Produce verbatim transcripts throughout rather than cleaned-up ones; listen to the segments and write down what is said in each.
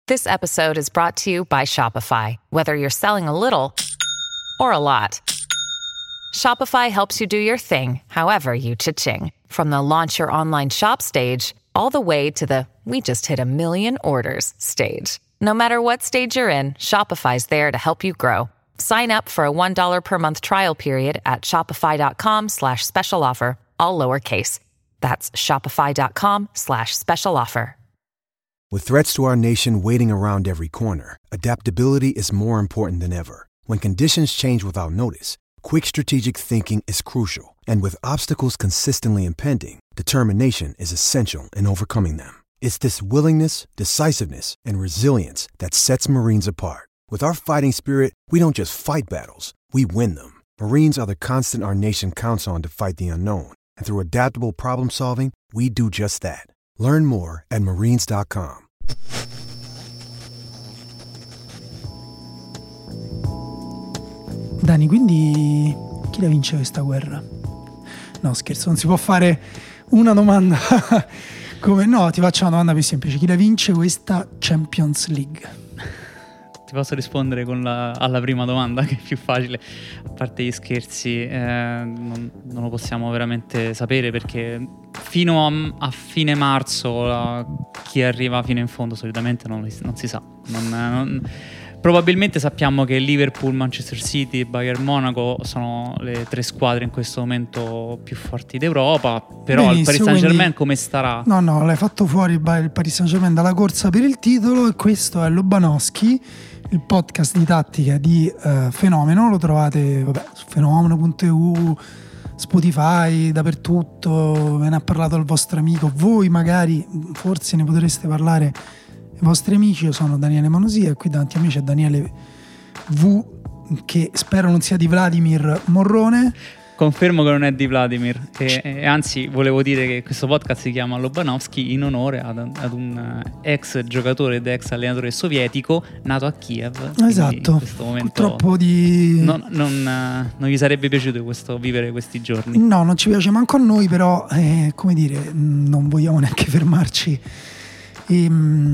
This episode is brought to you by Shopify. Whether you're selling a little or a lot, Shopify helps you do your thing, however you cha-ching. From the launch your online shop stage, all the way to the we just hit a million orders stage. No matter what stage you're in, Shopify's there to help you grow. Sign up for a one dollar per month trial period at shopify.com slash special offer, all lowercase. That's shopify.com slash special offer. With threats to our nation waiting around every corner, adaptability is more important than ever. When conditions change without notice, quick strategic thinking is crucial. And with obstacles consistently impending, determination is essential in overcoming them. It's this willingness, decisiveness, and resilience that sets Marines apart. With our fighting spirit, we don't just fight battles, we win them. Marines are the constant our nation counts on to fight the unknown. And through adaptable problem solving, we do just that. Learn more at marines dot com. Dani, quindi chi la vince questa guerra? No, scherzo, non si può fare una domanda come no, ti faccio una domanda più semplice. Chi la vince questa Champions League? Ti posso rispondere con la, alla prima domanda, che è più facile. A parte gli scherzi, eh, non, non lo possiamo veramente sapere, perché fino a, a fine marzo la, chi arriva fino in fondo solitamente non, non si sa. Non, non, probabilmente sappiamo che Liverpool, Manchester City e Bayern Monaco sono le tre squadre in questo momento più forti d'Europa, però benissimo, il Paris Saint-Germain quindi, come starà? No, no, l'hai fatto fuori il Paris Saint-Germain dalla corsa per il titolo, e questo è Lobanowski, il podcast di tattica di uh, Fenomeno. Lo trovate vabbè, su fenomeno punto e u, Spotify, dappertutto. Ve ne ha parlato il vostro amico, voi magari forse ne potreste parlare ai vostri amici. Io sono Daniele Manosia e qui davanti a me c'è Daniele V, che spero non sia di Vladimir Morrone. Confermo che non è di Vladimir, e, e anzi volevo dire che questo podcast si chiama Lobanowski in onore ad, ad un ex giocatore ed ex allenatore sovietico nato a Kiev. Esatto, in questo momento purtroppo di... non, non, non gli sarebbe piaciuto questo, vivere questi giorni. No, non ci piace manco a noi, però eh, come dire, non vogliamo neanche fermarci E,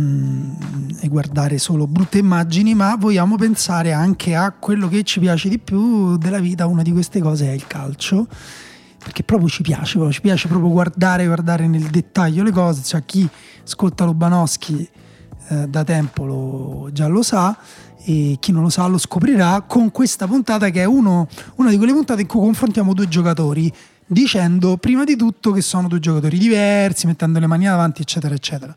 e guardare solo brutte immagini, ma vogliamo pensare anche a quello che ci piace di più della vita. Una di queste cose è il calcio, perché proprio ci piace, proprio, ci piace proprio guardare guardare nel dettaglio le cose. Cioè, chi ascolta Lobanowski eh, da tempo lo, già lo sa, e chi non lo sa lo scoprirà con questa puntata, che è uno, una di quelle puntate in cui confrontiamo due giocatori, dicendo prima di tutto che sono due giocatori diversi, mettendo le mani avanti, eccetera eccetera.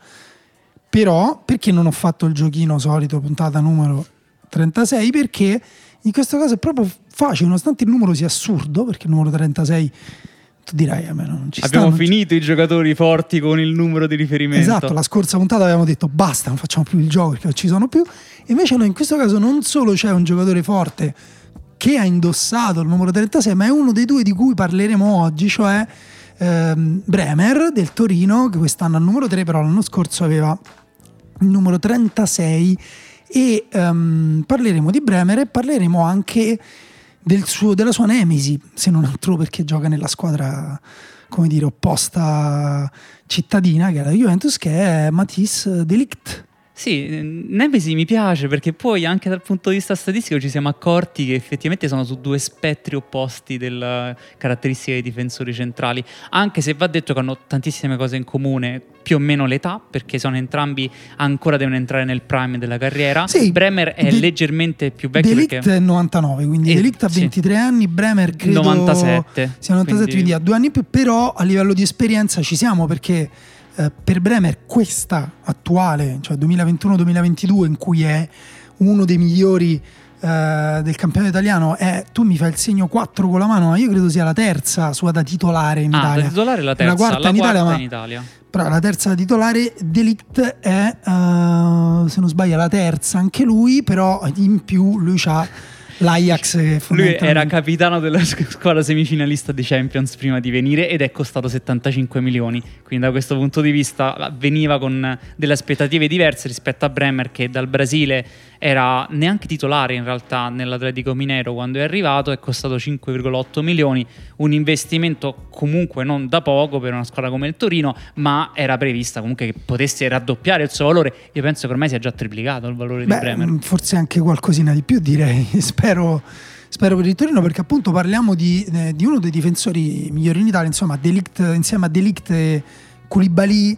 Però perché non ho fatto il giochino solito, puntata numero trentasei? Perché in questo caso è proprio facile, nonostante il numero sia assurdo, perché il numero trentasei, tu dirai a me non ci sta. Abbiamo finito i giocatori forti con il numero di riferimento. Esatto, la scorsa puntata avevamo detto basta, non facciamo più il gioco perché non ci sono più. Invece no, in questo caso non solo c'è un giocatore forte che ha indossato il numero trentasei, ma è uno dei due di cui parleremo oggi, cioè ehm, Bremer del Torino, che quest'anno ha il numero tre, però l'anno scorso aveva il numero trentasei. E um, parleremo di Bremer e parleremo anche del suo, della sua nemesi, se non altro perché gioca nella squadra, come dire, opposta cittadina, che è la Juventus, che è Matthijs de Ligt. Sì, nemesi mi piace, perché poi anche dal punto di vista statistico ci siamo accorti che effettivamente sono su due spettri opposti delle caratteristiche dei difensori centrali, anche se va detto che hanno tantissime cose in comune, più o meno l'età, perché sono entrambi ancora devono entrare nel prime della carriera. Sì, Bremer è de- leggermente più vecchio, De Ligt perché è novantanove, quindi eh, De Ligt ha ventitré sì. anni, Bremer credo novantasette, sia novantasette, quindi... quindi ha due anni in più, però a livello di esperienza ci siamo, perché Uh, per Bremer questa attuale, cioè duemilaventuno duemilaventidue, in cui è uno dei migliori uh, del campionato italiano, è, tu mi fai il segno quattro con la mano, ma io credo sia la terza sua da titolare in ah, Italia. Da titolare la terza, la quarta, la in, quarta Italia, in ma, Italia. Però la terza da titolare. De Ligt è, uh, se non sbaglio, la terza anche lui, però in più lui ha l'Ajax che lui era capitano della squadra semifinalista di Champions prima di venire ed è costato settantacinque milioni, quindi da questo punto di vista veniva con delle aspettative diverse rispetto a Bremer, che dal Brasile era neanche titolare in realtà nell'Atletico Mineiro quando è arrivato, è costato cinque virgola otto milioni, un investimento comunque non da poco per una squadra come il Torino, ma era prevista comunque che potesse raddoppiare il suo valore. Io penso che ormai sia già triplicato il valore Beh, di Bremer, forse anche qualcosina di più, direi. spero, spero per il Torino, perché appunto parliamo di, eh, di uno dei difensori migliori in Italia, insomma De Ligt, insieme a De Ligt e Koulibaly,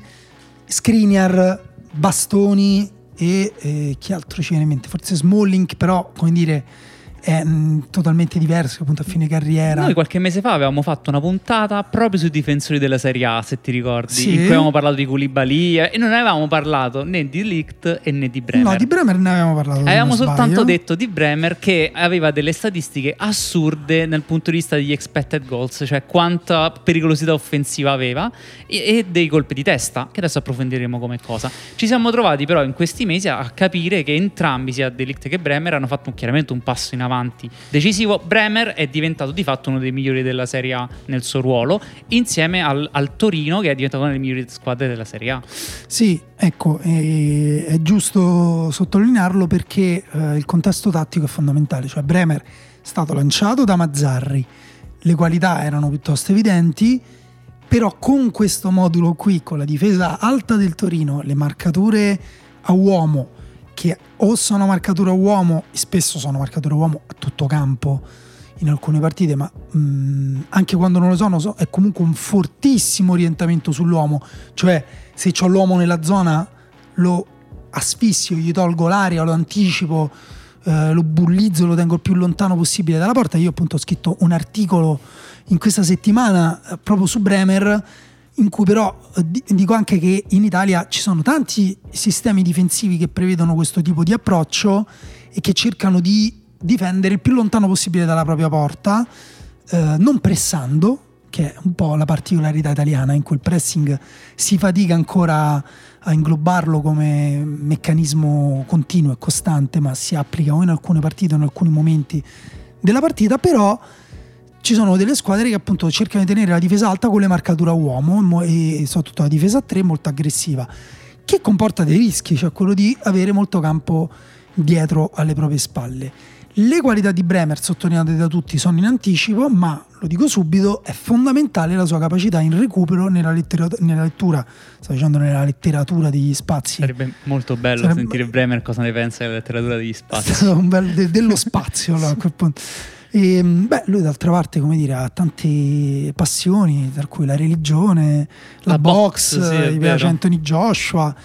Skriniar, Bastoni e eh, chi altro ci viene in mente? Forse Smalling, però come dire è mh, totalmente diverso appunto a fine carriera. Noi qualche mese fa avevamo fatto una puntata proprio sui difensori della Serie A, se ti ricordi, sì, in cui avevamo parlato di Koulibaly e non avevamo parlato né di Ligt e né di Bremer. No, di Bremer ne avevamo parlato. Avevamo soltanto sbaglio. detto di Bremer che aveva delle statistiche assurde dal punto di vista degli expected goals, cioè quanta pericolosità offensiva aveva, e, e dei colpi di testa, che adesso approfondiremo come cosa. Ci siamo trovati però in questi mesi a capire che entrambi, sia De Ligt che Bremer, hanno fatto un, chiaramente un passo in avanti decisivo. Bremer è diventato di fatto uno dei migliori della Serie A nel suo ruolo, insieme al, al Torino, che è diventato una delle migliori squadre della Serie A. Sì, ecco, è, è giusto sottolinearlo perché eh, il contesto tattico è fondamentale. Cioè Bremer è stato lanciato da Mazzarri, le qualità erano piuttosto evidenti, però con questo modulo qui, con la difesa alta del Torino, le marcature a uomo, che o sono marcatura uomo, spesso sono marcatura uomo a tutto campo in alcune partite, ma mh, anche quando non lo sono, so, è comunque un fortissimo orientamento sull'uomo. Cioè se c'ho l'uomo nella zona lo asfissio, gli tolgo l'aria, lo anticipo, eh, lo bullizzo, lo tengo il più lontano possibile dalla porta. Io appunto ho scritto un articolo in questa settimana eh, proprio su Bremer, in cui però eh, dico anche che in Italia ci sono tanti sistemi difensivi che prevedono questo tipo di approccio e che cercano di difendere il più lontano possibile dalla propria porta, eh, non pressando, che è un po' la particolarità italiana, in cui il pressing si fatica ancora a inglobarlo come meccanismo continuo e costante, ma si applica o in alcune partite o in alcuni momenti della partita. Però ci sono delle squadre che appunto cercano di tenere la difesa alta con le marcature a uomo e soprattutto la difesa a tre molto aggressiva, che comporta dei rischi, cioè quello di avere molto campo dietro alle proprie spalle. Le qualità di Bremer, sottolineate da tutti, sono in anticipo, ma lo dico subito, è fondamentale la sua capacità in recupero nella, lettera- nella lettura, sto dicendo nella letteratura degli spazi. Sarebbe molto bello Sarebbe... sentire Bremer cosa ne pensa della letteratura degli spazi. Un bel de- dello spazio allora, a quel punto. E, beh, lui d'altra parte, come dire, ha tante passioni, tra cui la religione, la, la box, box sì, gli piace Anthony Joshua,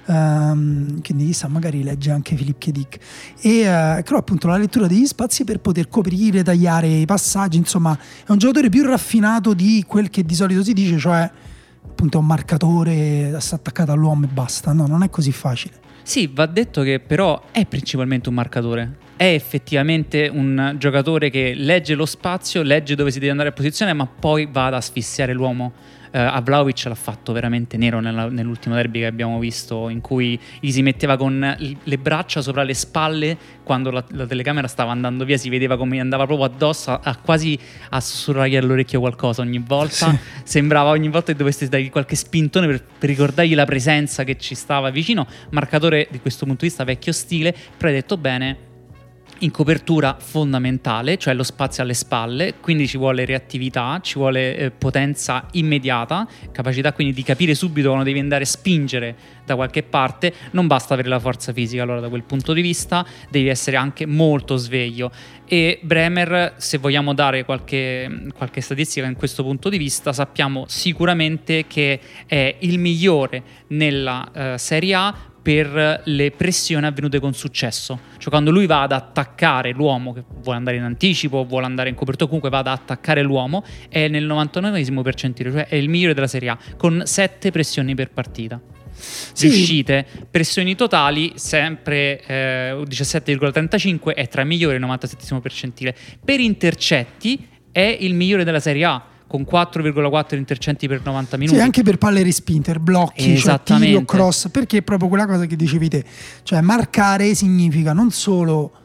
um, quindi chissà, magari legge anche Philippe Kedic, e uh, però appunto la lettura degli spazi per poter coprire, tagliare i passaggi, insomma è un giocatore più raffinato di quel che di solito si dice, cioè appunto è un marcatore, sta attaccato all'uomo e basta. No, non è così facile. Sì, va detto che però è principalmente un marcatore. È effettivamente un giocatore che legge lo spazio, legge dove si deve andare a posizione, ma poi va ad asfissiare l'uomo. Uh, a Vlahovic l'ha fatto veramente nero nella, nell'ultimo derby che abbiamo visto, in cui gli si metteva con le braccia sopra le spalle quando la, la telecamera stava andando via, si vedeva come andava proprio addosso a, a quasi a sussurrargli all'orecchio qualcosa ogni volta. Sì. Sembrava ogni volta che dovesse dargli qualche spintone per, per ricordargli la presenza che ci stava vicino. Marcatore di questo punto di vista vecchio stile, però hai detto bene, in copertura fondamentale, cioè lo spazio alle spalle, quindi ci vuole reattività, ci vuole eh, potenza immediata, capacità quindi di capire subito quando devi andare a spingere da qualche parte. Non basta avere la forza fisica, allora da quel punto di vista devi essere anche molto sveglio. E Bremer, se vogliamo dare qualche, qualche statistica in questo punto di vista, sappiamo sicuramente che è il migliore nella eh, Serie A per le pressioni avvenute con successo. Cioè quando lui va ad attaccare l'uomo, che vuole andare in anticipo, vuole andare in copertura, comunque va ad attaccare l'uomo, è nel novantanovesimo percentile, cioè è il migliore della Serie A, con sette pressioni per partita. Sì. Riuscite, pressioni totali sempre eh, diciassette virgola trentacinque, è tra i migliori, novantasettesimo percentile. Per intercetti è il migliore della Serie A, con quattro virgola quattro intercetti per novanta minuti. Sì, anche per palle respinte, blocchi, cioè tiri o cross, perché è proprio quella cosa che dicevi te, cioè marcare significa non solo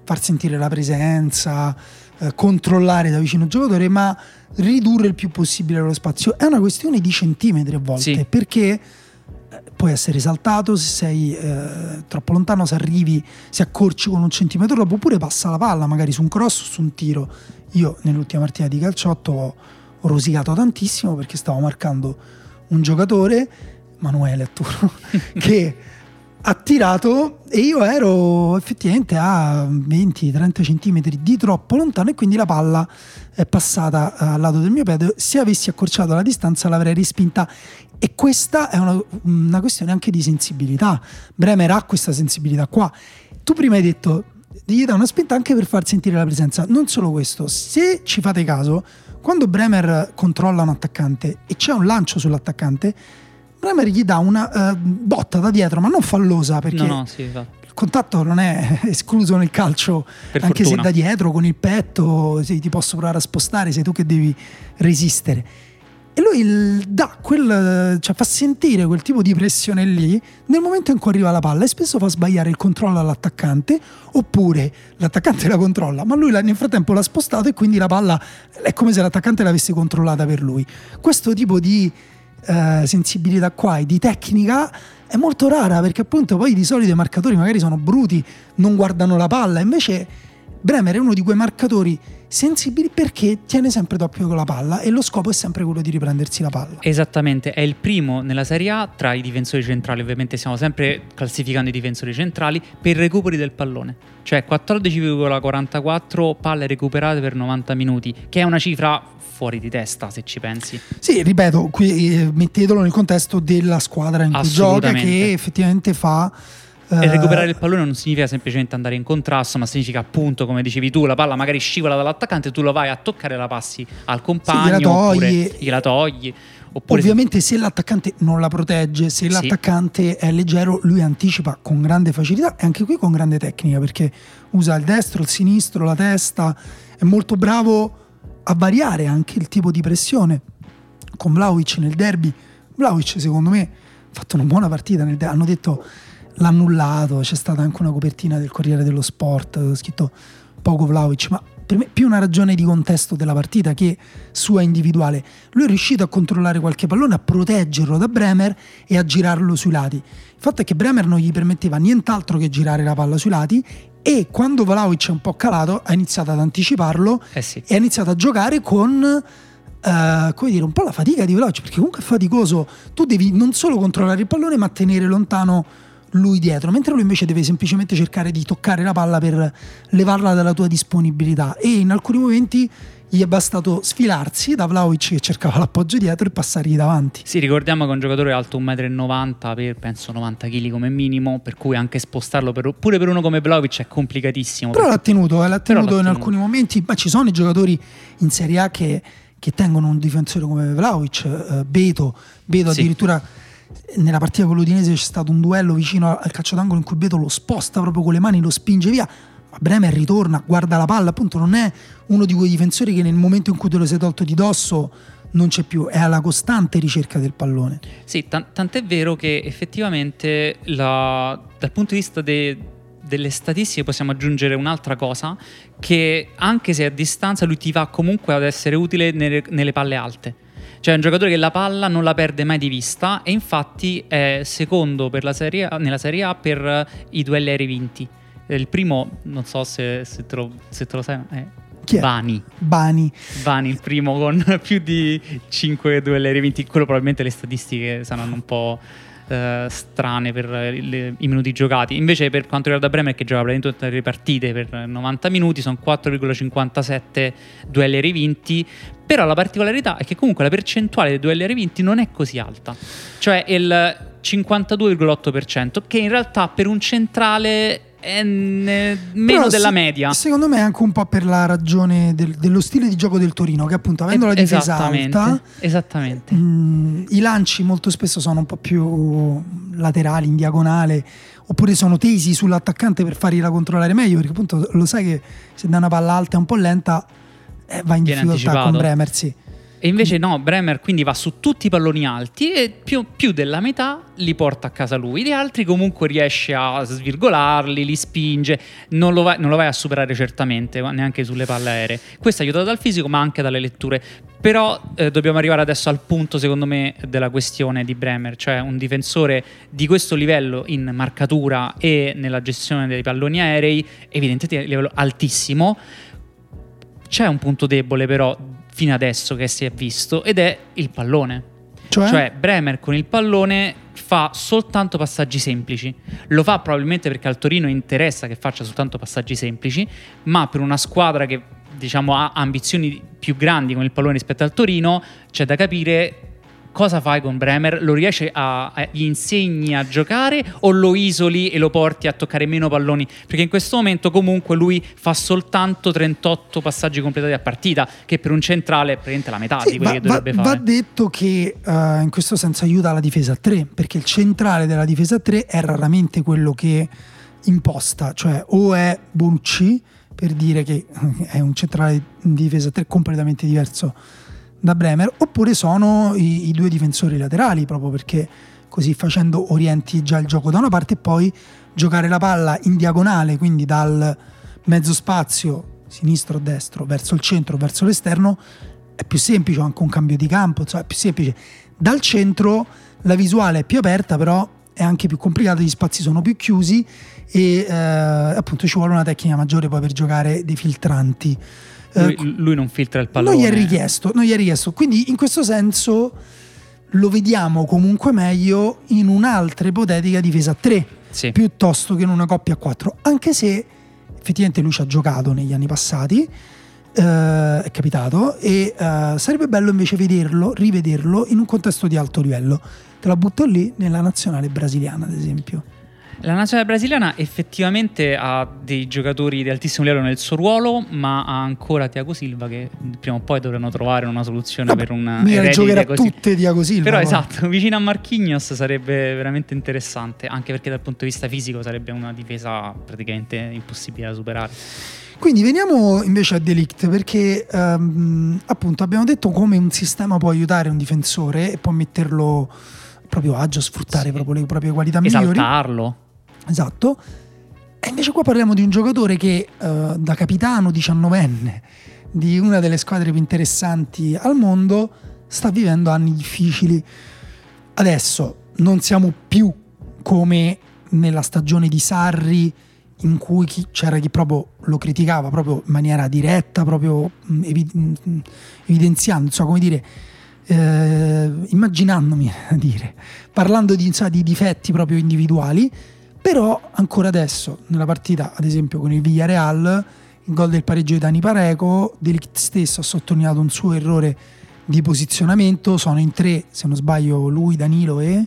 far sentire la presenza, eh, controllare da vicino il giocatore, ma ridurre il più possibile lo spazio. È una questione di centimetri a volte, sì. perché puoi essere esaltato se sei eh, troppo lontano, se arrivi, se accorci con un centimetro dopo, oppure passa la palla magari su un cross o su un tiro. Io nell'ultima partita di calciotto ho, ho rosicato tantissimo perché stavo marcando un giocatore, Manuele Atturo, che ha tirato e io ero effettivamente a venti trenta centimetri di troppo lontano, e quindi la palla è passata al lato del mio piede. Se avessi accorciato la distanza l'avrei respinta, e questa è una, una questione anche di sensibilità. Bremer ha questa sensibilità qua. Tu prima hai detto gli dà una spinta anche per far sentire la presenza. Non solo questo, se ci fate caso, quando Bremer controlla un attaccante e c'è un lancio sull'attaccante, Bremer gli dà una uh, botta da dietro, ma non fallosa, perché no, no, sì, il contatto non è escluso nel calcio, per anche fortuna. se da dietro con il petto, se ti posso provare a spostare, sei tu che devi resistere. E lui il, dà quel, cioè fa sentire quel tipo di pressione lì nel momento in cui arriva la palla, e spesso fa sbagliare il controllo all'attaccante, oppure l'attaccante la controlla ma lui nel frattempo l'ha spostato, e quindi la palla è come se l'attaccante l'avesse controllata per lui. Questo tipo di eh, sensibilità qua e di tecnica è molto rara, perché appunto poi di solito i marcatori magari sono bruti, non guardano la palla, invece Bremer è uno di quei marcatori sensibili perché tiene sempre d'occhio con la palla, e lo scopo è sempre quello di riprendersi la palla. Esattamente, è il primo nella Serie A tra i difensori centrali, ovviamente stiamo sempre classificando i difensori centrali per recuperi del pallone, cioè quattordici virgola quarantaquattro palle recuperate per novanta minuti, che è una cifra fuori di testa se ci pensi. Sì, ripeto, qui eh, mettetelo nel contesto della squadra in cui gioca, che effettivamente fa. E recuperare il pallone non significa semplicemente andare in contrasto, ma significa, appunto, come dicevi tu, la palla magari scivola dall'attaccante, tu lo vai a toccare, la passi al compagno, sì, gliela togli, oppure gliela togli. Oppure ovviamente se l'attaccante non la protegge, se l'attaccante sì. è leggero, lui anticipa con grande facilità, e anche qui con grande tecnica, perché usa il destro, il sinistro, la testa, è molto bravo a variare anche il tipo di pressione. Con Vlahovic nel derby, Vlahovic secondo me ha fatto una buona partita nel derby. Hanno detto l'ha annullato, c'è stata anche una copertina del Corriere dello Sport, ho scritto poco Vlahovic, ma per me più una ragione di contesto della partita che sua individuale. Lui è riuscito a controllare qualche pallone, a proteggerlo da Bremer e a girarlo sui lati. Il fatto è che Bremer non gli permetteva nient'altro che girare la palla sui lati, e quando Vlahovic è un po' calato ha iniziato ad anticiparlo eh sì. e ha iniziato a giocare con Uh, come dire, un po' la fatica di Vlahovic, perché comunque è faticoso. Tu devi non solo controllare il pallone, ma tenere lontano lui dietro, mentre lui invece deve semplicemente cercare di toccare la palla per levarla dalla tua disponibilità, e in alcuni momenti gli è bastato sfilarsi da Vlahovic che cercava l'appoggio dietro e passargli davanti. Sì, ricordiamo che è un giocatore alto un metro e novanta per penso novanta chili come minimo, per cui anche spostarlo per, pure per uno come Vlahovic è complicatissimo. Però perché... l'ha tenuto, eh, l'ha tenuto Però in l'ha alcuni tenuto. momenti, ma ci sono i giocatori in Serie A che, che tengono un difensore come Vlahovic, eh, Beto, Beto sì. addirittura nella partita con l'Udinese c'è stato un duello vicino al calcio d'angolo in cui Beto lo sposta proprio con le mani, lo spinge via, ma Bremer ritorna, guarda la palla, appunto non è uno di quei difensori che nel momento in cui te lo sei tolto di dosso non c'è più, è alla costante ricerca del pallone. Sì, t- tant'è vero che effettivamente la, dal punto di vista de, delle statistiche possiamo aggiungere un'altra cosa, che anche se a distanza lui ti va comunque ad essere utile nelle, nelle palle alte. Cioè è un giocatore che la palla non la perde mai di vista, e infatti è secondo per la serie A, nella Serie A per i duelli aerei vinti. Il primo, non so se, se, te, lo, se te lo sai, è Chi è? Bani. Bani. Bani, il primo con più di cinque duelli aerei vinti. Quello probabilmente le statistiche saranno un po' eh, strane per le, i minuti giocati. Invece per quanto riguarda Bremer, che gioca praticamente tutte le partite per novanta minuti, sono quattro virgola cinquantasette duelli aerei vinti. Però la particolarità è che comunque la percentuale dei duelli aerei vinti non è così alta, cioè il cinquantadue virgola otto per cento, che in realtà per un centrale è ne- meno Però della se, media. Secondo me è anche un po' per la ragione del, dello stile di gioco del Torino, che appunto avendo la difesa esattamente, alta, esattamente. mh, i lanci molto spesso sono un po' più laterali, in diagonale, oppure sono tesi sull'attaccante per fargliela controllare meglio, perché appunto lo sai che se dà una palla alta e un po' lenta eh, va in Viene difficoltà anticipato. con Bremer, sì. E invece no, Bremer quindi va su tutti i palloni alti e più, più della metà li porta a casa lui. Gli altri comunque riesce a svirgolarli, li spinge, non lo, vai, non lo vai a superare certamente, neanche sulle palle aeree. Questo è aiutato dal fisico ma anche dalle letture. Però eh, dobbiamo arrivare adesso al punto secondo me della questione di Bremer, cioè un difensore di questo livello in marcatura e nella gestione dei palloni aerei, evidentemente a livello altissimo. C'è un punto debole però fino adesso che si è visto ed è il pallone. Cioè? Cioè Bremer con il pallone fa soltanto passaggi semplici. Lo fa probabilmente perché al Torino interessa che faccia soltanto passaggi semplici, ma per una squadra che diciamo ha ambizioni più grandi con il pallone rispetto al Torino c'è da capire cosa fai con Bremer. Lo riesci a, a gli insegni a giocare o lo isoli e lo porti a toccare meno palloni? Perché in questo momento comunque lui fa soltanto trentotto passaggi completati a partita, che per un centrale è praticamente la metà sì, di quelli va, che dovrebbe va, fare. Va detto che uh, in questo senso aiuta la difesa a tre, perché il centrale della difesa a tre è raramente quello che imposta, cioè o è Bonucci, per dire che è un centrale di difesa a tre completamente diverso da Bremer, oppure sono i, i due difensori laterali, proprio perché così facendo orienti già il gioco da una parte e poi giocare la palla in diagonale, quindi dal mezzo spazio sinistro o destro verso il centro, verso l'esterno, è più semplice, anche un cambio di campo, insomma, è più semplice. Dal centro la visuale è più aperta, però è anche più complicata, gli spazi sono più chiusi e eh, appunto ci vuole una tecnica maggiore poi per giocare dei filtranti. Lui, lui non filtra il pallone. Non gli è richiesto, non gli è richiesto. Quindi in questo senso lo vediamo comunque meglio in un'altra ipotetica difesa a tre, sì, piuttosto che in una coppia a quattro. Anche se effettivamente lui ci ha giocato negli anni passati, eh, è capitato, e eh, sarebbe bello invece vederlo, rivederlo in un contesto di alto livello. Te la butto lì, nella nazionale brasiliana ad esempio. La nazionale brasiliana effettivamente ha dei giocatori di altissimo livello nel suo ruolo, ma ha ancora Thiago Silva, che prima o poi dovranno trovare una soluzione. Vabbè, per un giocherà tutte Thiago Silva. Però poi. esatto, vicino a Marquinhos sarebbe veramente interessante, anche perché dal punto di vista fisico sarebbe una difesa praticamente impossibile da superare. Quindi veniamo invece a De Ligt, perché um, appunto abbiamo detto come un sistema può aiutare un difensore e può metterlo proprio agio, sfruttare sì. proprio le proprie qualità migliori. Esaltarlo. Esatto. E invece qua parliamo di un giocatore che uh, da capitano diciannovenne di una delle squadre più interessanti al mondo sta vivendo anni difficili. Adesso non siamo più come nella stagione di Sarri, in cui chi, c'era chi proprio lo criticava proprio in maniera diretta, proprio evi- evidenziando, insomma, come dire, eh, immaginandomi a dire, parlando di, insomma, di difetti proprio individuali. Però ancora adesso nella partita, ad esempio con il Villarreal, il gol del pareggio di Dani Parejo, De Ligt stesso ha sottolineato un suo errore di posizionamento. Sono in tre, se non sbaglio, lui, Danilo e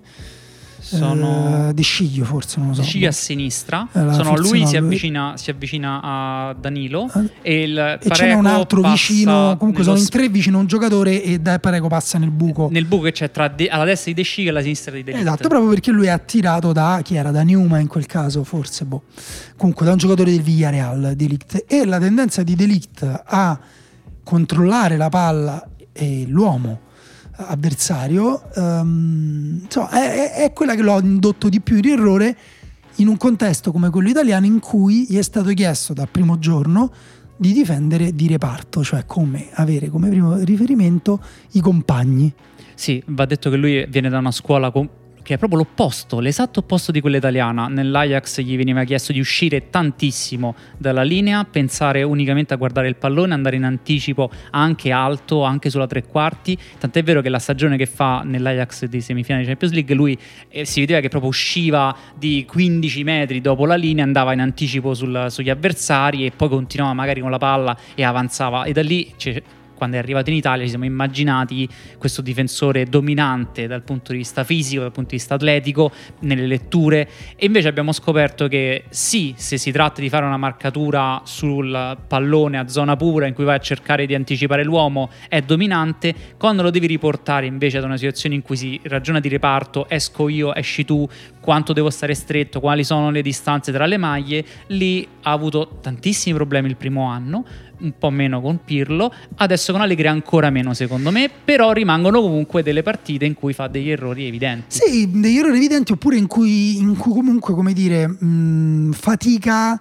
sono uh, De Sciglio, forse, non lo so. De Sciglio a sinistra, eh, sono lui, no, si, lui avvicina, si avvicina a Danilo eh, e, il e ce n'è un altro vicino, comunque sono in tre vicino a un giocatore e Da Parejo passa nel buco. Nel buco che c'è tra de, alla destra di De Sciglio e alla sinistra di De Ligt. Esatto, proprio perché lui è attirato da, chi era? Da Newman in quel caso, forse, boh. Comunque da un giocatore del Villarreal, De Ligt. E la tendenza di De Ligt a controllare la palla e l'uomo avversario um, insomma, è, è quella che l'ho indotto di più in errore in un contesto come quello italiano, in cui gli è stato chiesto dal primo giorno di difendere di reparto, cioè come avere come primo riferimento i compagni. Sì, va detto che lui viene da una scuola con... che è proprio l'opposto, l'esatto opposto di quella italiana. Nell'Ajax gli veniva chiesto di uscire tantissimo dalla linea, pensare unicamente a guardare il pallone, andare in anticipo anche alto, anche sulla tre quarti. Tant'è vero che la stagione che fa nell'Ajax di semifinale di Champions League, lui eh, si vedeva che proprio usciva di quindici metri dopo la linea, andava in anticipo sul, sugli avversari e poi continuava magari con la palla e avanzava. E da lì c'è, quando è arrivato in Italia ci siamo immaginati questo difensore dominante dal punto di vista fisico, dal punto di vista atletico, nelle letture, e invece abbiamo scoperto che sì, se si tratta di fare una marcatura sul pallone a zona pura in cui vai a cercare di anticipare l'uomo è dominante. Quando lo devi riportare invece ad una situazione in cui si ragiona di reparto, esco io, esci tu, quanto devo stare stretto, quali sono le distanze tra le maglie, lì ha avuto tantissimi problemi il primo anno. un po' meno con Pirlo, adesso con Allegri ancora meno secondo me, però rimangono comunque delle partite in cui fa degli errori evidenti. Sì, degli errori evidenti, oppure in cui, in cui comunque, come dire, mh, fatica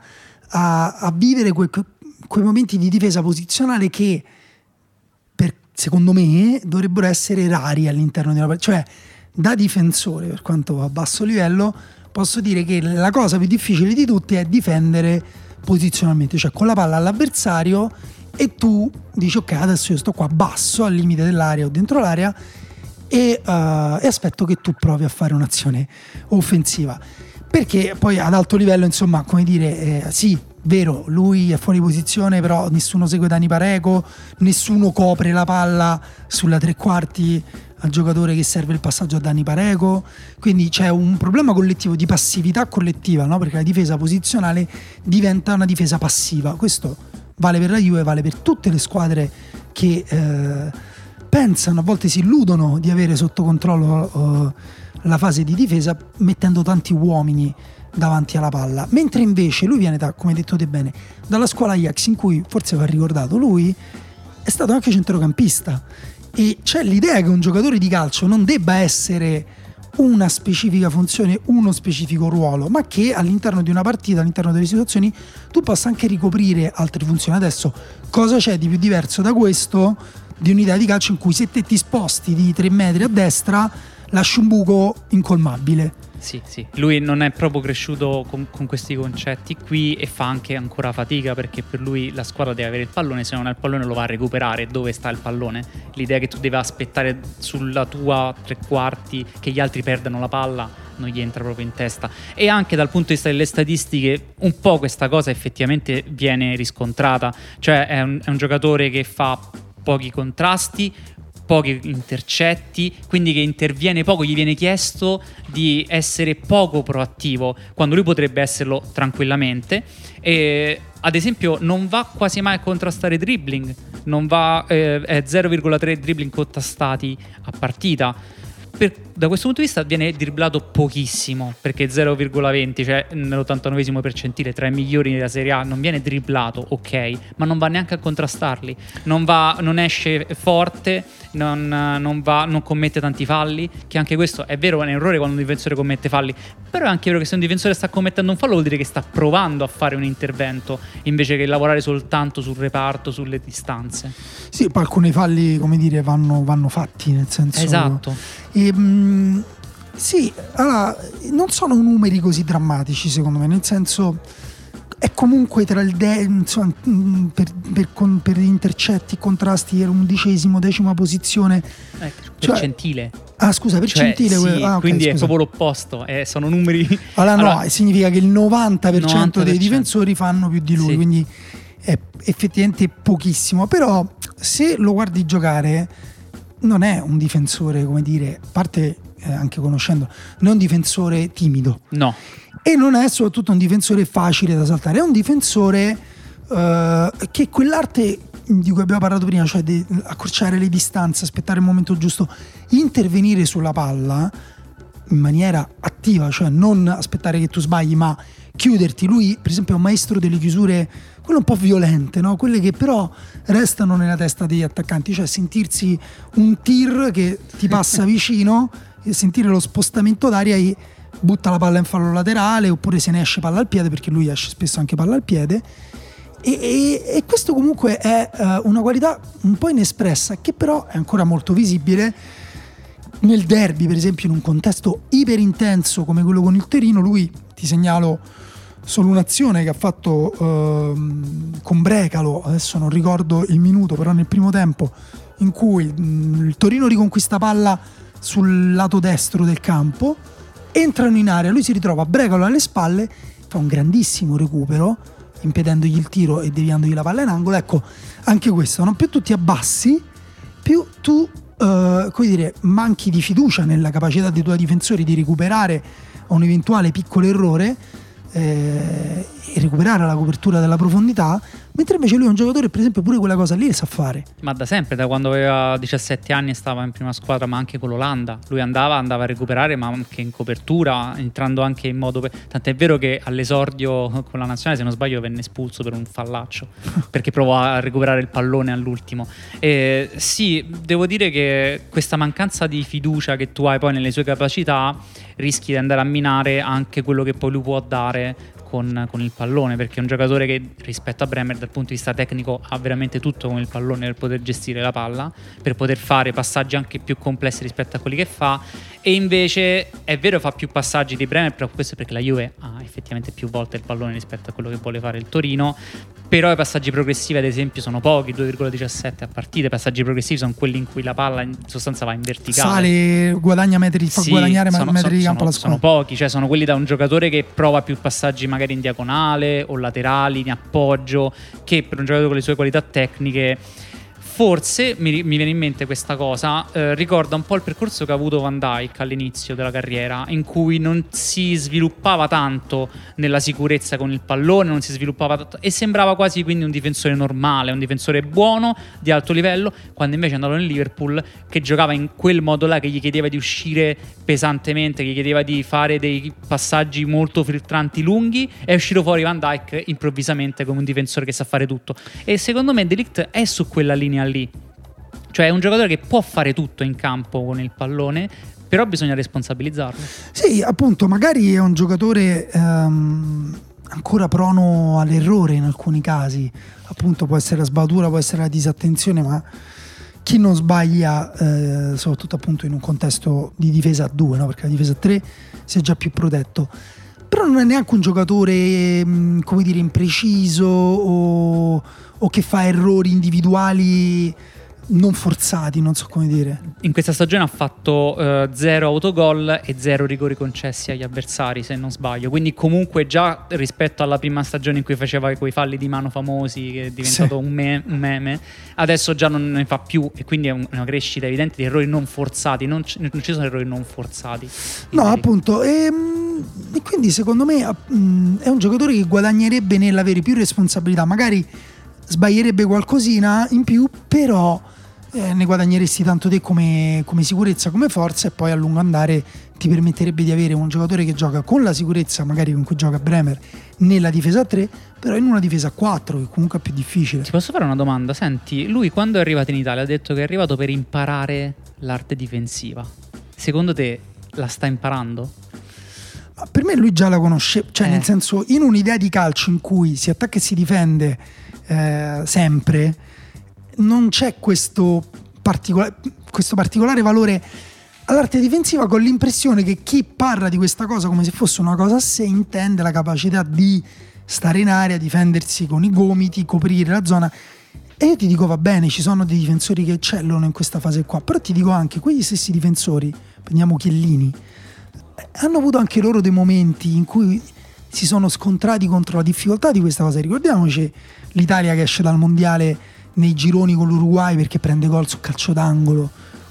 a, a vivere que, que, quei momenti di difesa posizionale che per, secondo me dovrebbero essere rari all'interno di una partita. Cioè, da difensore, per quanto a basso livello, posso dire che la cosa più difficile di tutte è difendere posizionalmente, cioè con la palla all'avversario e tu dici ok, adesso io sto qua basso al limite dell'area o dentro l'area e, uh, e aspetto che tu provi a fare un'azione offensiva, perché poi ad alto livello, insomma, come dire, eh, sì, vero, lui è fuori posizione, però nessuno segue Dani Parejo, nessuno copre la palla sulla tre quarti al giocatore che serve il passaggio a Dani Parejo, quindi c'è un problema collettivo di passività collettiva, no? Perché la difesa posizionale diventa una difesa passiva. Questo vale per la Juve, vale per tutte le squadre che eh, pensano, a volte si illudono di avere sotto controllo eh, la fase di difesa mettendo tanti uomini davanti alla palla, mentre invece lui viene da, come hai detto te bene, dalla scuola Ajax, in cui, forse va ricordato, lui è stato anche centrocampista. E c'è l'idea che un giocatore di calcio non debba essere una specifica funzione, uno specifico ruolo, ma che all'interno di una partita, all'interno delle situazioni, tu possa anche ricoprire altre funzioni. Adesso, cosa c'è di più diverso da questo, di un'idea di calcio in cui se te ti sposti di tre metri a destra lasci un buco incolmabile? Sì, sì, lui non è proprio cresciuto con, con questi concetti qui e fa anche ancora fatica, perché per lui la squadra deve avere il pallone, se non ha il pallone lo va a recuperare. Dove sta il pallone? L'idea che tu devi aspettare sulla tua tre quarti che gli altri perdano la palla non gli entra proprio in testa. E anche dal punto di vista delle statistiche un po' questa cosa effettivamente viene riscontrata, cioè è un, è un giocatore che fa pochi contrasti, pochi intercetti, quindi che interviene poco, gli viene chiesto di essere poco proattivo quando lui potrebbe esserlo tranquillamente. E ad esempio non va quasi mai a contrastare dribbling, non va eh, è zero virgola tre dribbling contrastati a partita. Per, da questo punto di vista viene dribblato pochissimo, perché zero virgola venti, cioè nell'ottantanovesimo percentile, tra i migliori della Serie A, non viene dribblato, ok, ma non va neanche a contrastarli, non va, non esce forte, non, non, va, non commette tanti falli, che anche questo è vero, è un errore quando un difensore commette falli, però è anche vero che se un difensore sta commettendo un fallo vuol dire che sta provando a fare un intervento invece che lavorare soltanto sul reparto, sulle distanze. Sì, poi alcuni falli, come dire, vanno, vanno fatti, nel senso... Esatto. E, mh, sì, allora, non sono numeri così drammatici secondo me, nel senso è comunque tra il de- insomma, mh, per, per, con, per intercetti, contrasti era undicesimo, decima posizione, eh, cioè, percentile. Ah scusa, percentile, cioè, sì, ah, okay, quindi scusa. è proprio l'opposto, eh, sono numeri. Allora, allora no, significa che il novanta per cento novanta per cento dei difensori fanno più di lui, sì. Quindi è effettivamente pochissimo, però se lo guardi giocare non è un difensore, come dire, a parte eh, anche conoscendo, non è un difensore timido, no, e non è soprattutto un difensore facile da saltare, è un difensore eh, che quell'arte di cui abbiamo parlato prima, cioè di accorciare le distanze, aspettare il momento giusto, intervenire sulla palla in maniera attiva, cioè non aspettare che tu sbagli ma chiuderti. Lui per esempio è un maestro delle chiusure, quelle un po' violente, no? Quelle che però restano nella testa degli attaccanti, cioè sentirsi un tir che ti passa vicino e sentire lo spostamento d'aria e butta la palla in fallo laterale, oppure se ne esce palla al piede, perché lui esce spesso anche palla al piede. E, e, e questo comunque è uh, una qualità un po' inespressa, che però è ancora molto visibile nel derby, per esempio, in un contesto iper intenso come quello con il Torino. Lui, ti segnalo solo un'azione che ha fatto uh, con Brecalo, adesso non ricordo il minuto, però nel primo tempo, in cui mh, il Torino riconquista palla sul lato destro del campo, entrano in area, lui si ritrova Brecalo alle spalle, fa un grandissimo recupero impedendogli il tiro e deviandogli la palla in angolo. Ecco, anche questo, no? Più tu ti abbassi, più tu uh, come dire, manchi di fiducia nella capacità dei tuoi difensori di recuperare un eventuale piccolo errore eh, e recuperare la copertura della profondità, mentre invece lui è un giocatore per esempio pure quella cosa lì le sa fare. Ma da sempre, da quando aveva diciassette anni stava in prima squadra, ma anche con l'Olanda lui andava, andava a recuperare, ma anche in copertura, entrando anche in modo per... tant'è vero che all'esordio con la nazionale, se non sbaglio, venne espulso per un fallaccio perché provò a recuperare il pallone all'ultimo. E sì, devo dire che questa mancanza di fiducia che tu hai poi nelle sue capacità rischi di andare a minare anche quello che poi lui può dare Con, con il pallone, perché è un giocatore che rispetto a Bremer dal punto di vista tecnico ha veramente tutto con il pallone per poter gestire la palla, per poter fare passaggi anche più complessi rispetto a quelli che fa, e invece è vero fa più passaggi di Bremer, però questo è perché la Juve ha effettivamente più volte il pallone rispetto a quello che vuole fare il Torino. Però i passaggi progressivi ad esempio sono pochi, due virgola diciassette a partita. I passaggi progressivi sono quelli in cui la palla in sostanza va in verticale, sale, guadagna metri, fa sì, guadagnare sono, metri sono, di campo alla sono, squadra. sono pochi, cioè sono quelli da un giocatore che prova più passaggi magari in diagonale o laterali, in appoggio, che per un giocatore con le sue qualità tecniche. Forse mi, mi viene in mente questa cosa, eh, ricorda un po' il percorso che ha avuto Van Dijk all'inizio della carriera, in cui non si sviluppava tanto nella sicurezza con il pallone, non si sviluppava tanto, e sembrava quasi quindi un difensore normale, un difensore buono, di alto livello, quando invece è andato nel Liverpool, che giocava in quel modo là, che gli chiedeva di uscire pesantemente, che gli chiedeva di fare dei passaggi molto filtranti lunghi, è uscito fuori Van Dijk improvvisamente come un difensore che sa fare tutto. E secondo me De Ligt è su quella linea lì, cioè è un giocatore che può fare tutto in campo con il pallone, però bisogna responsabilizzarlo. Sì, appunto, magari è un giocatore ehm, ancora prono all'errore in alcuni casi, appunto può essere la sbavatura, può essere la disattenzione, ma chi non sbaglia, eh, soprattutto appunto in un contesto di difesa a due, no? Perché la difesa a tre si è già più protetto. Però non è neanche un giocatore, mh, come dire, impreciso o, o che fa errori individuali non forzati, non so come dire. In questa stagione ha fatto uh, zero autogol e zero rigori concessi agli avversari, se non sbaglio, quindi comunque già rispetto alla prima stagione in cui faceva quei falli di mano famosi, che è diventato sì. un, me- un meme, adesso già non ne fa più, e quindi è un- una crescita evidente di errori non forzati. Non, c- non ci sono errori non forzati. No, appunto, e, e quindi secondo me mh, è un giocatore che guadagnerebbe nell'avere più responsabilità, magari sbaglierebbe qualcosina in più, però eh, ne guadagneresti tanto te come, come sicurezza, come forza, e poi a lungo andare ti permetterebbe di avere un giocatore che gioca con la sicurezza magari con cui gioca Bremer nella difesa a tre, però in una difesa a quattro, che comunque è più difficile. Ti posso fare una domanda? Senti, lui quando è arrivato in Italia ha detto che è arrivato per imparare l'arte difensiva. Secondo te la sta imparando? Ma per me lui già la conosce, cioè eh. nel senso, in un'idea di calcio in cui si attacca e si difende eh, sempre, non c'è questo, particola- questo particolare valore all'arte difensiva, con l'impressione che chi parla di questa cosa come se fosse una cosa a sé intende la capacità di stare in area, difendersi con i gomiti, coprire la zona. E io ti dico, va bene, ci sono dei difensori che eccellano in questa fase qua, però ti dico anche, quegli stessi difensori, prendiamo Chiellini, hanno avuto anche loro dei momenti in cui si sono scontrati contro la difficoltà di questa cosa. Ricordiamoci l'Italia che esce dal mondiale nei gironi con l'Uruguay perché prende gol su calcio d'angolo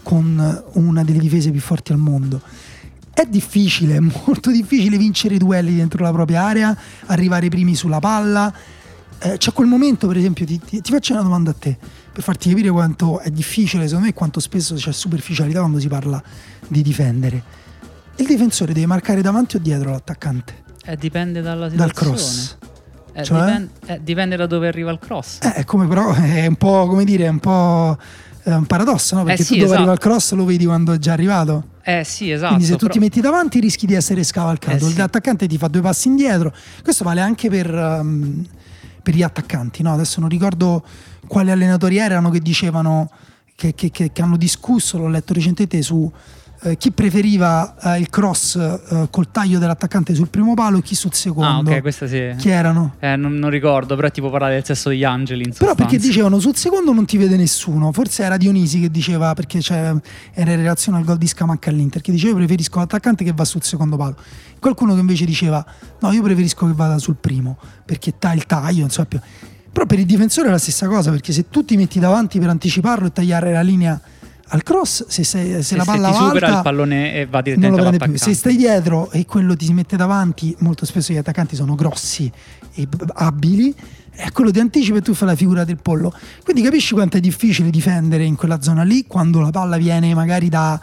con una delle difese più forti al mondo. È difficile, è molto difficile vincere i duelli dentro la propria area, arrivare primi sulla palla. Eh, c'è quel momento, per esempio, ti, ti, ti faccio una domanda a te per farti capire quanto è difficile, secondo me, e quanto spesso c'è superficialità quando si parla di difendere. Il difensore deve marcare davanti o dietro l'attaccante? Eh, dipende dalla situazione. Dal cross. Eh, Cioè? dipende, eh, dipende da dove arriva il cross. Eh, è come, però è un po', come dire, è un po' è un paradosso, no? Perché eh sì, tu dove esatto. arriva il cross lo vedi quando è già arrivato. Eh sì, esatto. Quindi se tu però... ti metti davanti rischi di essere scavalcato. Eh sì. L'attaccante ti fa due passi indietro. Questo vale anche per, um, per gli attaccanti, no? Adesso non ricordo quali allenatori erano che dicevano che, che, che, che hanno discusso, l'ho letto recentemente, su eh, chi preferiva eh, il cross eh, col taglio dell'attaccante sul primo palo e chi sul secondo. Ah, ok, questa sì. Chi erano? Eh, non, non ricordo, però è tipo parlare del sesso degli angeli, in Però sostanza. perché dicevano sul secondo non ti vede nessuno. Forse era Dionisi che diceva, perché c'è, era in relazione al gol di Scamacca all'Inter, che diceva: io preferisco l'attaccante che va sul secondo palo. Qualcuno che invece diceva: no, io preferisco che vada sul primo perché ta il taglio, non so più. Però per il difensore è la stessa cosa, perché se tu ti metti davanti per anticiparlo e tagliare la linea Al cross, se, sei, se, se la palla se ti va supera alta, il pallone e va non direttamente lo prende più. all'attaccante. Se stai dietro e quello ti si mette davanti, molto spesso gli attaccanti sono grossi e abili, e quello ti anticipa e tu fai la figura del pollo. Quindi capisci quanto è difficile difendere in quella zona lì, quando la palla viene magari da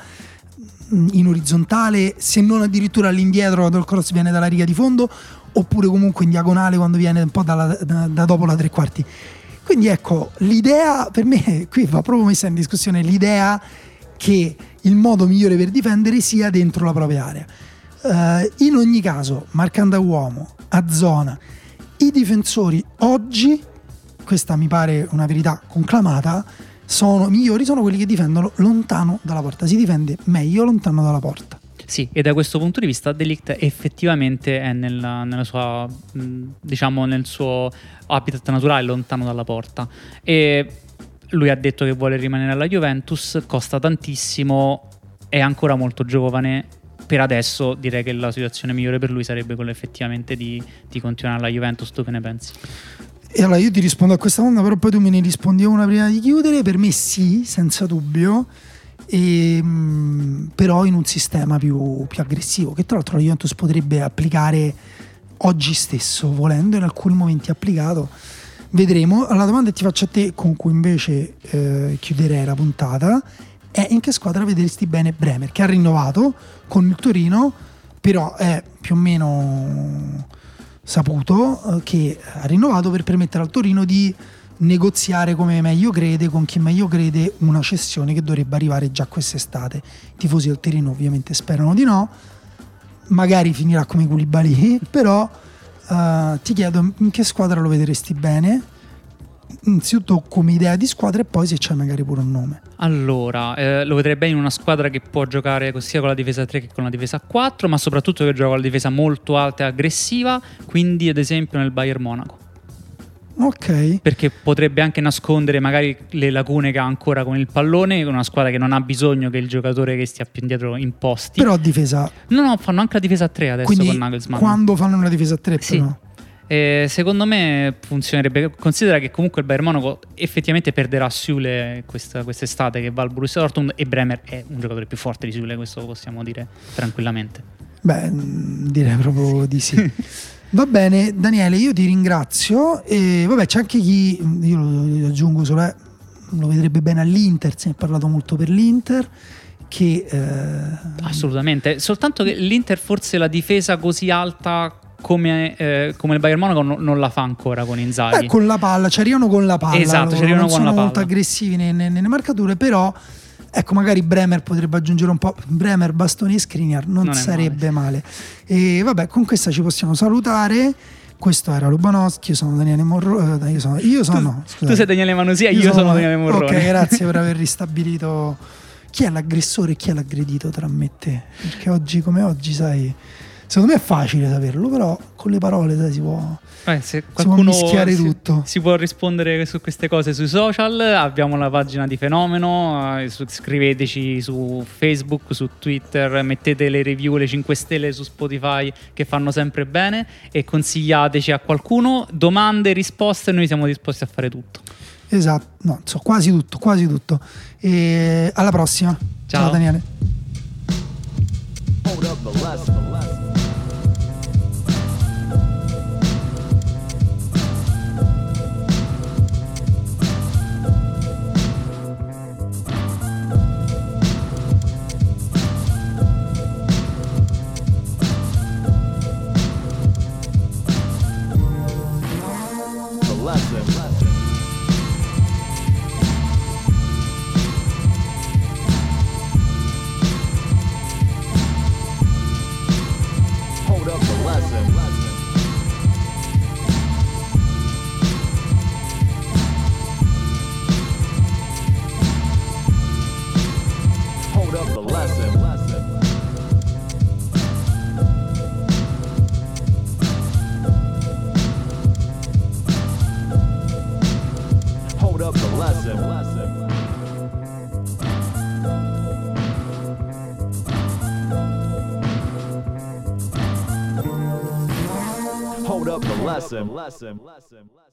in orizzontale, se non addirittura all'indietro quando il cross viene dalla riga di fondo, oppure comunque in diagonale quando viene un po' dalla, da, da dopo la tre quarti. Quindi ecco, l'idea per me qui va proprio messa in discussione l'idea che il modo migliore per difendere sia dentro la propria area. Uh, in ogni caso, marcando a uomo, a zona, i difensori oggi, questa mi pare una verità conclamata, sono migliori, sono quelli che difendono lontano dalla porta. Si difende meglio lontano dalla porta. Sì, e da questo punto di vista De Ligt effettivamente è nella, nella sua, diciamo, nel suo habitat naturale, lontano dalla porta. E lui ha detto che vuole rimanere alla Juventus, costa tantissimo, è ancora molto giovane. Per adesso direi che la situazione migliore per lui sarebbe quella effettivamente di, di continuare alla Juventus. Tu che ne pensi? E allora io ti rispondo a questa domanda, però poi tu me ne rispondi una prima di chiudere. Per me sì, senza dubbio. E, mh, però in un sistema più, più aggressivo, che tra l'altro la Juventus potrebbe applicare oggi stesso, volendo, in alcuni momenti applicato, vedremo. La domanda che ti faccio a te, con cui invece eh, chiuderei la puntata, è: in che squadra vedresti bene Bremer, che ha rinnovato con il Torino, però è più o meno saputo eh, che ha rinnovato per permettere al Torino di negoziare come meglio crede, con chi meglio crede, una cessione che dovrebbe arrivare già quest'estate. I tifosi del Torino ovviamente sperano di no, magari finirà come Koulibaly, però uh, ti chiedo in che squadra lo vedresti bene, innanzitutto come idea di squadra, e poi se c'è magari pure un nome. Allora, eh, lo vedrei bene in una squadra che può giocare sia con la difesa tre che con la difesa quattro, ma soprattutto che gioca con la difesa molto alta e aggressiva, quindi ad esempio nel Bayern Monaco. Ok. Perché potrebbe anche nascondere magari le lacune che ha ancora con il pallone, con una squadra che non ha bisogno che il giocatore che stia più indietro imposti. Però a difesa... No, no, fanno anche la difesa a tre adesso. Quindi con Nagelsmann. Quando fanno una difesa a tre, sì. Però... Eh, secondo me funzionerebbe. Considera che comunque il Bayern Monaco effettivamente perderà Süle questa, quest'estate, che va al Borussia Dortmund, e Bremer è un giocatore più forte di Süle, questo lo possiamo dire tranquillamente. Beh, direi proprio di sì. Va bene, Daniele, io ti ringrazio. E vabbè, c'è anche chi, io lo aggiungo solo, eh, lo vedrebbe bene all'Inter, se ne è parlato molto per l'Inter, che eh... assolutamente, soltanto che l'Inter forse la difesa così alta come, eh, come il Bayern Monaco non, non la fa ancora con Inzaghi. Eh, con la palla, ci arrivano con la palla. Esatto, ci arrivano non con sono la palla. molto aggressivi nelle, nelle marcature, però ecco, magari Bremer potrebbe aggiungere un po'. Bremer, Bastoni e Skriniar non, non sarebbe male. male. E vabbè, con questa ci possiamo salutare. Questo era Lubanowski, io sono Daniele Morrone. Eh, io sono, io sono tu, tu sei Daniele Manosia, io, io sono, sono Daniele Morrone. Ok, grazie per aver ristabilito chi è l'aggressore e chi è l'aggredito tra me e te. Perché oggi come oggi, sai, secondo me è facile saperlo, però con le parole, sai, si può... Eh, se qualcuno si può mischiare si, tutto. Si può rispondere su queste cose sui social. Abbiamo la pagina di Fenomeno, eh, su, scriveteci su Facebook, su Twitter, mettete le review, le cinque stelle su Spotify che fanno sempre bene, e consigliateci a qualcuno. Domande, risposte, noi siamo disposti a fare tutto. Esatto, no, so, quasi tutto, quasi tutto. E alla prossima. Ciao, Ciao Daniele. Hold up the lesson. lesson. lesson.